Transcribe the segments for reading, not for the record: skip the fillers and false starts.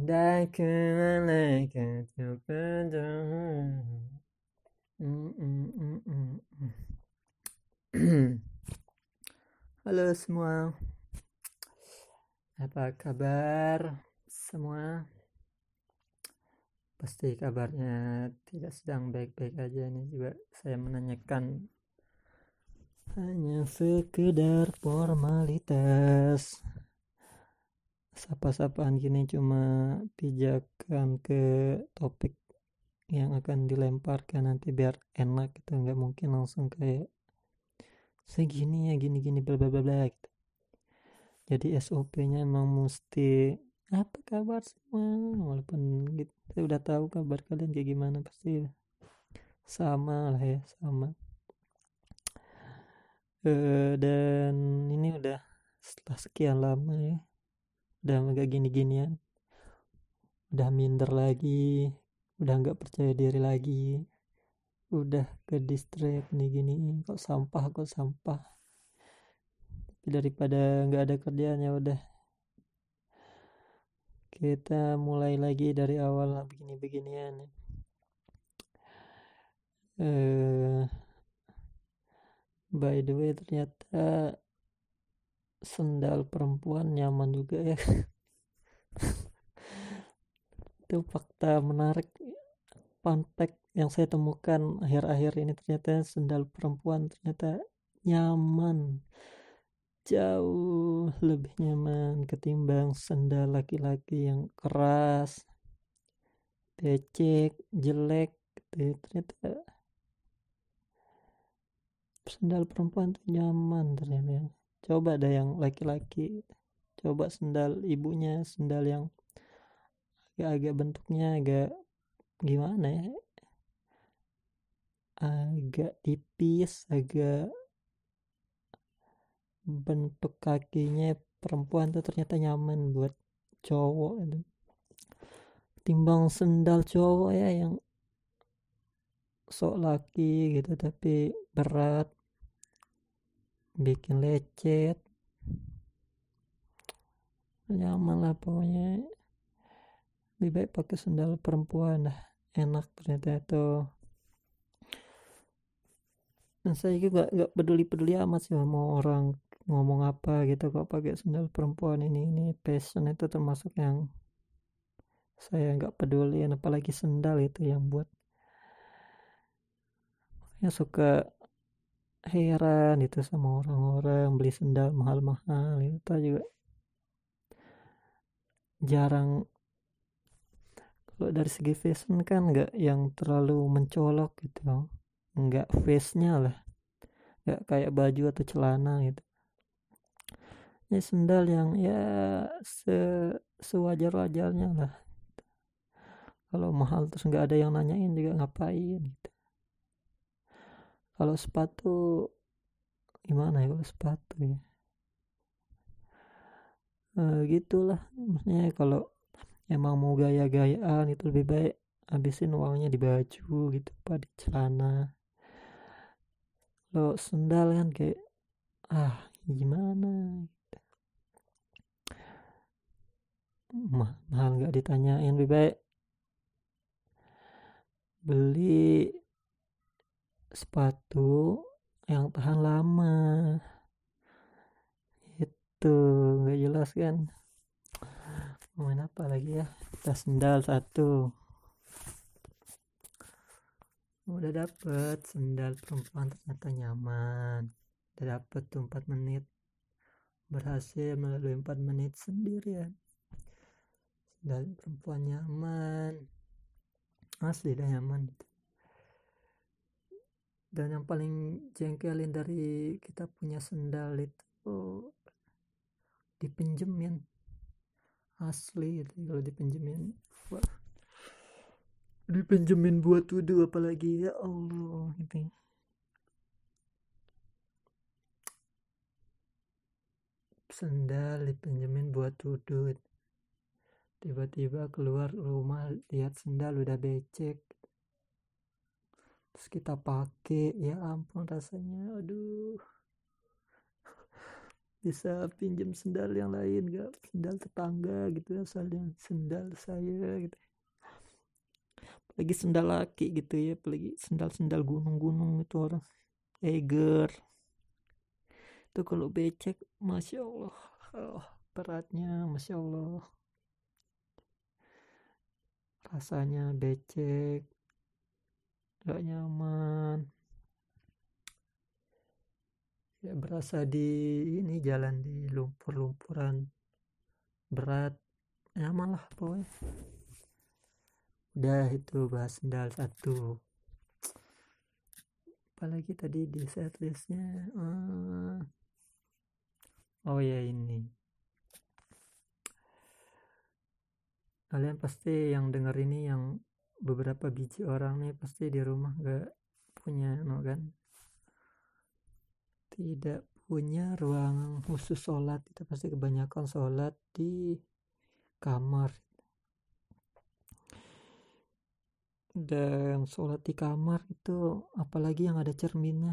Dan ku malaikat kepadamu. Mm, mm, mm, mm, mm. Halo semua, apa kabar semua? Pasti kabarnya tidak sedang baik-baik aja. Ini juga saya menanyakan hanya sekedar formalitas. Sapa-sapaan gini cuma pijakan ke topik yang akan dilemparkan nanti biar enak gitu, nggak mungkin langsung kayak segini ya gini-gini bla bla bla bla gitu. Jadi SOP-nya emang mesti apa kabar semua, walaupun kita udah tahu kabar kalian kayak gimana, pasti sama lah ya, sama. Dan ini udah setelah sekian lama ya, udah agak gini-ginian, udah minder lagi, udah nggak percaya diri lagi, udah ke distract nih gini, kok sampah. Tapi daripada nggak ada kerjaan, ya udah kita mulai lagi dari awal begini-beginian. By the way, ternyata sendal perempuan nyaman juga ya. Itu fakta menarik, fun fact yang saya temukan akhir-akhir ini, ternyata sendal perempuan ternyata nyaman, jauh lebih nyaman ketimbang sendal laki-laki yang keras, becek, jelek gitu. Ternyata sendal perempuan tuh nyaman ternyata. Coba deh yang laki-laki, coba sendal ibunya, sendal yang agak bentuknya agak gimana ya, agak tipis, agak bentuk kakinya perempuan tuh ternyata nyaman buat cowok itu. Timbang sendal cowok ya yang sok laki gitu tapi berat, bikin lecet, nyaman lah pokoknya. Lebih baik pakai sendal perempuan dah, enak ternyata itu. Dan saya juga nggak peduli amat sih mau orang ngomong apa gitu, kok pakai sendal perempuan ini fashion itu termasuk yang saya nggak peduli. Apalagi sendal itu yang buat yang suka heran itu sama orang-orang beli sendal mahal-mahal itu juga jarang. Kalau dari segi fashion kan nggak yang terlalu mencolok gitu, nggak face nya lah, nggak kayak baju atau celana gitu. Ini sendal yang ya sewajar-wajarnya lah. Kalau mahal terus nggak ada yang nanyain juga ngapain gitu. Kalau sepatu gimana ya, kalau sepatu ya gitulah, maksudnya kalau emang mau gaya-gayaan itu lebih baik habisin uangnya di baju gitu apa di celana. Kalau sendal kan kayak gimana, mahal nggak ditanyain, lebih baik beli sepatu yang tahan lama. Itu nggak jelas kan, main apa lagi ya, tas sendal satu udah dapet. Sendal perempuan ternyata nyaman, udah dapet tuh 4 menit, berhasil melalui 4 menit sendirian. Sendal perempuan nyaman, asli dah nyaman. Dan yang paling jengkelin dari kita punya sendal itu dipinjemin, asli itu kalau dipinjemin, wah, dipinjemin buat wudhu apalagi, ya Allah gitu. Sendal dipinjemin buat wudhu, tiba-tiba keluar rumah lihat sendal udah becek, terus kita pakai, ya ampun rasanya, aduh. bisa pinjam sendal yang lain gak, sendal tetangga gitu asalnya sendal saya gitu, apalagi sendal laki gitu ya, apalagi sendal-sendal gunung-gunung itu orang Eiger itu kalau becek masya Allah, oh, beratnya masya Allah, rasanya becek gak nyaman ya, berasa di ini jalan di lumpur-lumpuran berat, nyaman lah pokoknya. Udah itu bahas sendal satu, apalagi tadi di setlistnya oh ya ini kalian pasti yang denger ini yang beberapa biji orang nih pasti di rumah gak punya no kan, tidak punya ruang khusus sholat, itu pasti kebanyakan sholat di kamar, dan sholat di kamar itu apalagi yang ada cerminnya.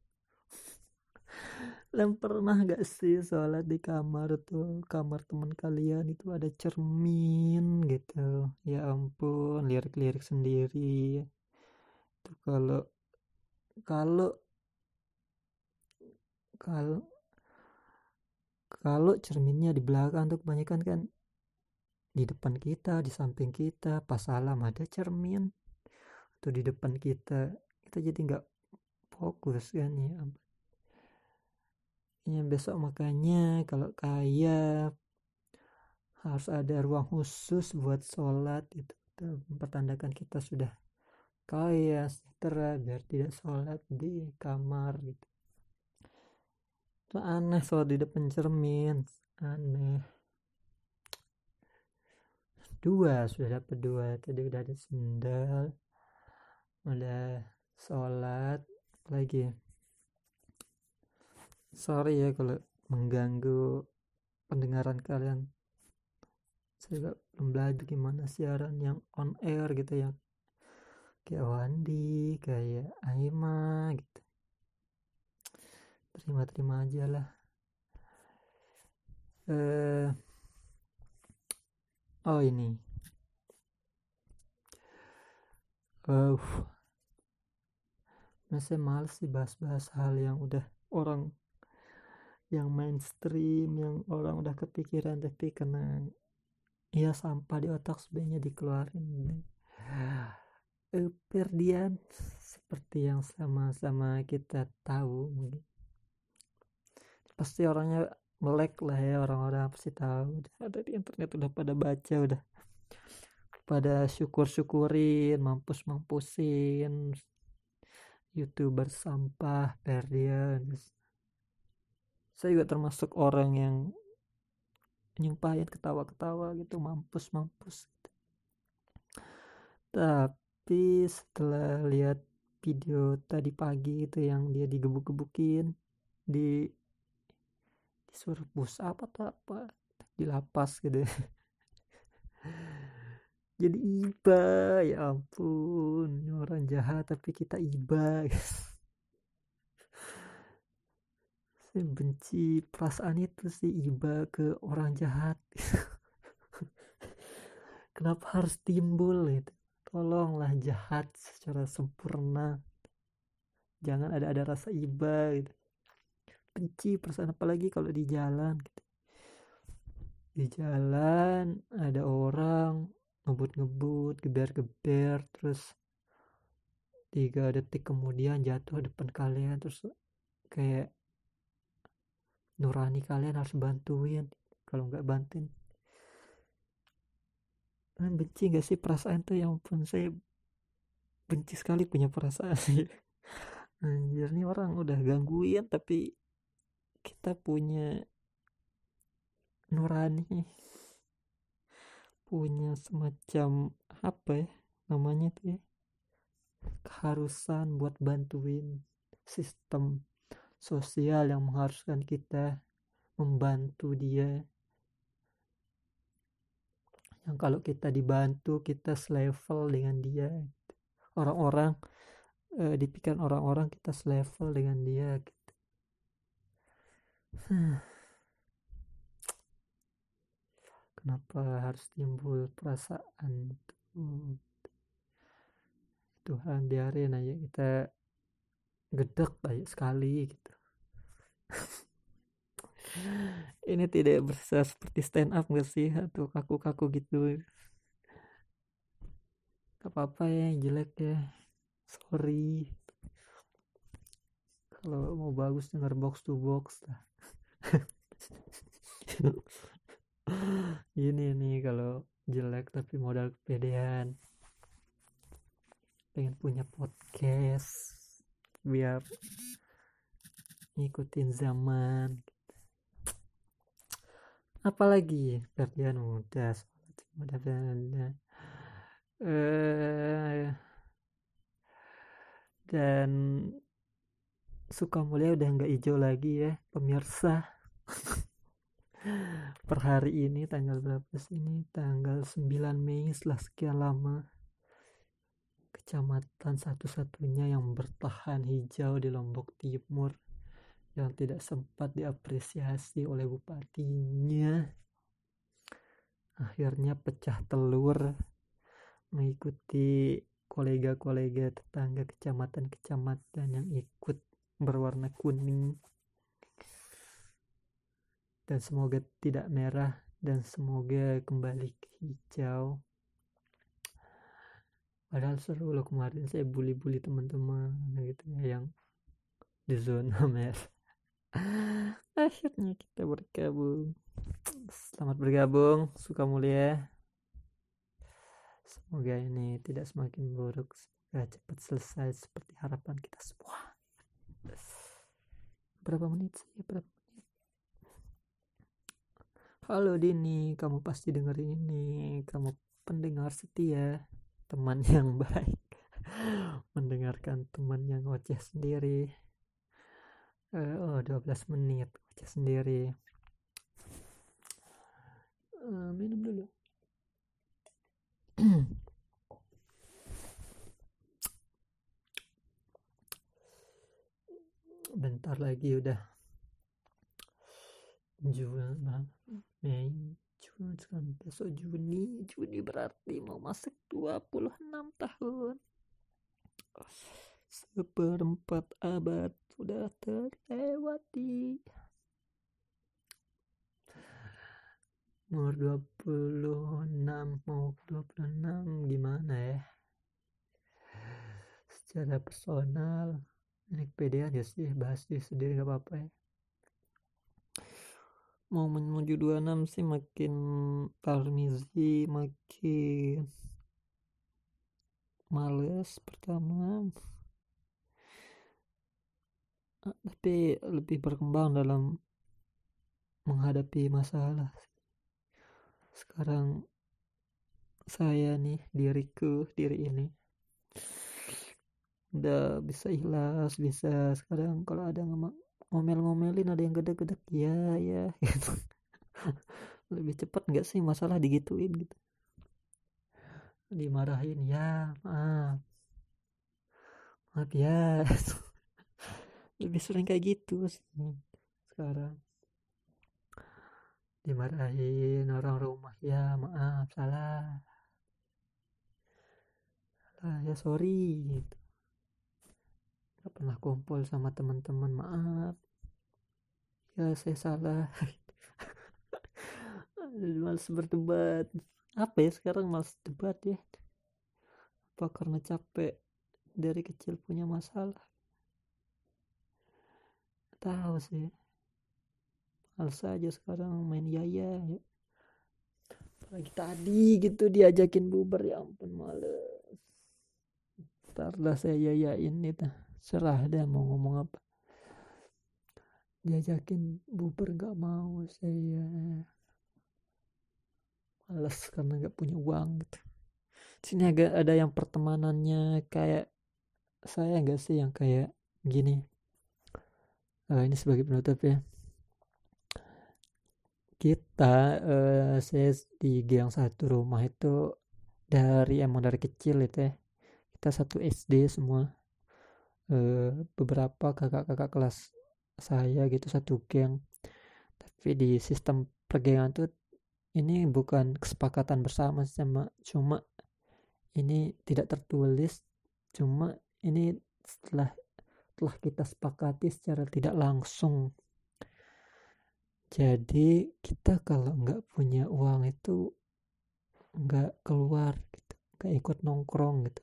Kalian pernah gak sih sholat di kamar tuh, kamar teman kalian itu ada cermin gitu, ya ampun, lirik-lirik sendiri itu kalau kalau kalau kalau cerminnya di belakang tuh kebanyakan kan, di depan kita, di samping kita, pas salam ada cermin tuh di depan kita, kita jadi nggak fokus kan ya. Ya besok makanya kalau kaya harus ada ruang khusus buat sholat itu, mempertandakan kita sudah kaya sejahtera, biar tidak sholat di kamar gitu. Itu aneh sholat di depan cermin, aneh. Dua sudah dapat dua, tadi udah ada sendal, udah sholat lagi. Sorry ya kalau mengganggu pendengaran kalian, saya juga belum belajar gimana siaran yang on air gitu, yang kayak Wandi, kayak Aima gitu, terima aja lah. Oh ini saya males sih bahas-bahas hal yang udah orang yang mainstream, yang orang udah kepikiran, tapi karena ya sampah di otak sebenarnya dikeluarin. Perdian seperti yang sama-sama kita tahu, mungkin pasti orangnya melek lah ya, orang-orang pasti tahu, ada di internet udah pada baca, udah pada syukur-syukurin, mampus-mampusin YouTuber sampah Perdian. Saya juga termasuk orang yang nyumpahin ketawa-ketawa gitu, mampus gitu. Tapi setelah lihat video tadi pagi itu yang dia digebuk-gebukin disuruh push up atau apa di lapas gitu, jadi iba, ya ampun, orang jahat tapi kita iba. Saya benci perasaan itu sih, iba ke orang jahat. Kenapa harus timbul gitu, tolonglah jahat secara sempurna, jangan ada rasa iba gitu. Benci perasaan, apalagi kalau di jalan gitu. Di jalan ada orang ngebut-ngebut, geber-geber, terus 3 detik kemudian jatuh depan kalian, terus kayak nurani kalian harus bantuin, kalau nggak bantuin, kalian benci gak sih perasaan tuh? Yang pun saya benci sekali punya perasaan sih. Anjir, nih orang udah gangguin tapi kita punya nurani, punya semacam apa ya namanya tuh ya, keharusan buat bantuin, sistem sosial yang mengharuskan kita membantu dia, yang kalau kita dibantu kita selevel dengan dia, orang-orang di pikiran orang-orang kita selevel dengan dia gitu. kenapa harus timbul perasaan itu. Tuhan biarin aja kita gedek aja sekali gitu. Ini tidak bisa seperti stand up gak sih, atau kaku-kaku gitu. Gak apa-apa ya yang jelek ya, sorry. Kalau mau bagus denger box to box lah. Ini nih kalau jelek tapi modal kepedean, pengen punya podcast biar ngikutin zaman. Apalagi kerjaan udah dan Sukamulya udah nggak hijau lagi ya pemirsa. Per hari ini tanggal berapa sih ini? Tanggal 9 Mei, setelah sekian lama kecamatan satu-satunya yang bertahan hijau di Lombok Timur yang tidak sempat diapresiasi oleh bupatinya akhirnya pecah telur, mengikuti kolega-kolega tetangga kecamatan-kecamatan yang ikut berwarna kuning, dan semoga tidak merah dan semoga kembali ke hijau. Padahal seru loh, kemarin saya bully-bully teman-teman gitu ya yang di zona merah. Akhirnya kita bergabung. Selamat bergabung Sukamulya. Semoga ini tidak semakin buruk, semoga cepat selesai seperti harapan kita semua. Berapa menit sih? Berapa menit? Halo Dini, kamu pasti dengerin ini. Kamu pendengar setia, teman yang baik. Mendengarkan teman yang ngoceh sendiri. 12 menit ngoceh sendiri. Minum dulu. Bentar lagi udah Mei, Juni, sekarang besok Juni berarti mau masuk 26 tahun. Seperempat abad sudah terlewati. Umur 26 mau 26 gimana ya? Secara personal ini kepedean ya sih, bahas diri sendiri gak apa-apa ya. Mau menuju 26 sih makin Tarmizi, makin males pertama, tapi lebih berkembang dalam menghadapi masalah. Sekarang saya nih, diri ini udah bisa ikhlas, bisa sekarang kalau ada ngomel-ngomelin, ada yang gede-gede ya gitu. Lebih cepat nggak sih masalah digituin gitu, dimarahin ya maaf ya. Lebih sering kayak gitu sih sekarang, dimarahin orang rumah ya maaf salah ya sorry gitu. Gak pernah kumpul sama teman-teman, maaf ya saya salah. Males berdebat. Apa ya sekarang males debat ya, apa karena capek dari kecil punya masalah, tahu sih. Males aja sekarang main yaya ya. Apalagi tadi gitu diajakin bubar, ya ampun males. Ntar lah saya yayain itu, serah dah mau ngomong apa. Diajakin bubar gak mau, saya males karena gak punya uang gitu. Sini agak ada yang pertemanannya kayak saya gak sih, yang kayak gini. Ini sebagai penutup ya, kita saya di gang satu rumah itu emang dari kecil itu ya, kita satu SD semua. Beberapa kakak-kakak kelas saya gitu satu geng, tapi di sistem pergengan tuh ini bukan kesepakatan bersama cuma ini tidak tertulis, cuma ini setelah telah kita sepakati secara tidak langsung. Jadi kita kalau nggak punya uang itu nggak keluar gitu, nggak ikut nongkrong gitu,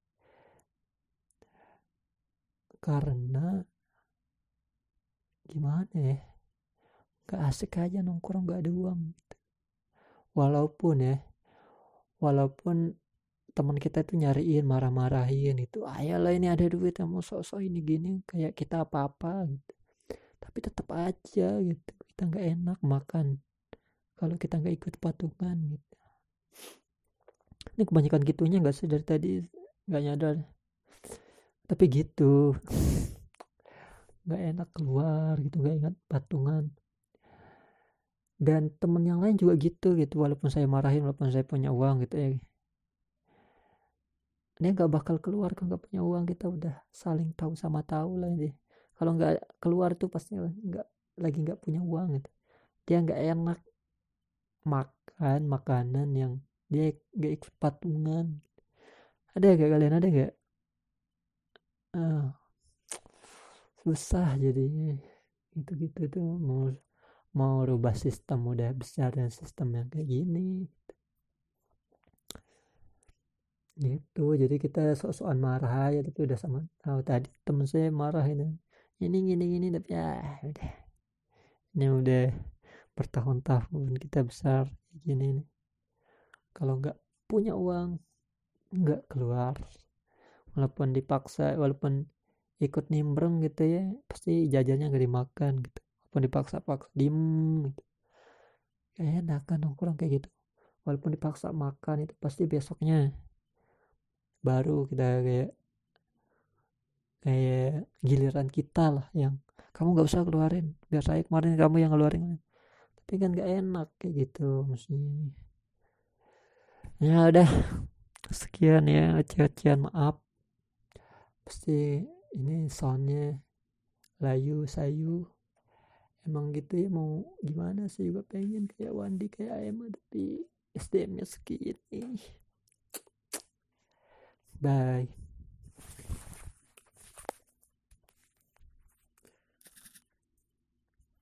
karena gimana ya, nggak asik aja nongkrong nggak ada uang gitu. Walaupun teman kita itu nyariin, marah-marahin itu, ayolah ini ada duit, mau sok-sok ini gini kayak kita apa-apa gitu, tapi tetap aja gitu kita nggak enak makan kalau kita nggak ikut patungan gitu. Ini kebanyakan gitunya nggak sih dari tadi, nggak nyadar tapi gitu. Nggak enak keluar gitu, nggak ingat patungan. Dan temen yang lain juga gitu walaupun saya marahin, walaupun saya punya uang gitu ya, dia nggak bakal keluar kalau nggak punya uang. Kita udah saling tahu sama tahu lah ini, kalau nggak keluar tuh pasti nggak, lagi nggak punya uang gitu, dia nggak enak makan makanan yang dia nggak ikut patungan. Ada gak kalian, ada gak? Ah, susah jadinya gitu-gitu tuh, mau rubah sistem udah besar dan sistem yang kayak gini gitu. Jadi kita sok-sokan marah aja, tapi udah sama tahu. Tadi temen saya marah ini gini tapi ya udah, ini udah bertahun-tahun kita besar kayak gini nih. Kalau nggak punya uang nggak keluar, walaupun dipaksa, walaupun ikut nimbrung gitu ya, pasti jajannya nggak dimakan gitu, walaupun dipaksa-paksa diem gitu. Kayak enak kan nongkrong kayak gitu, walaupun dipaksa makan itu pasti besoknya baru kita kayak kayak giliran kita lah yang, kamu nggak usah keluarin, biar saya kemarin kamu yang ngeluarin. Tapi kan nggak enak kayak gitu maksudnya. Ya udah, sekian ya ocehan, maaf pasti ini soundnya layu sayu, emang gitu ya, mau gimana sih, juga pengen kayak Wandi kayak Ayam tapi SDM-nya segini. Bye.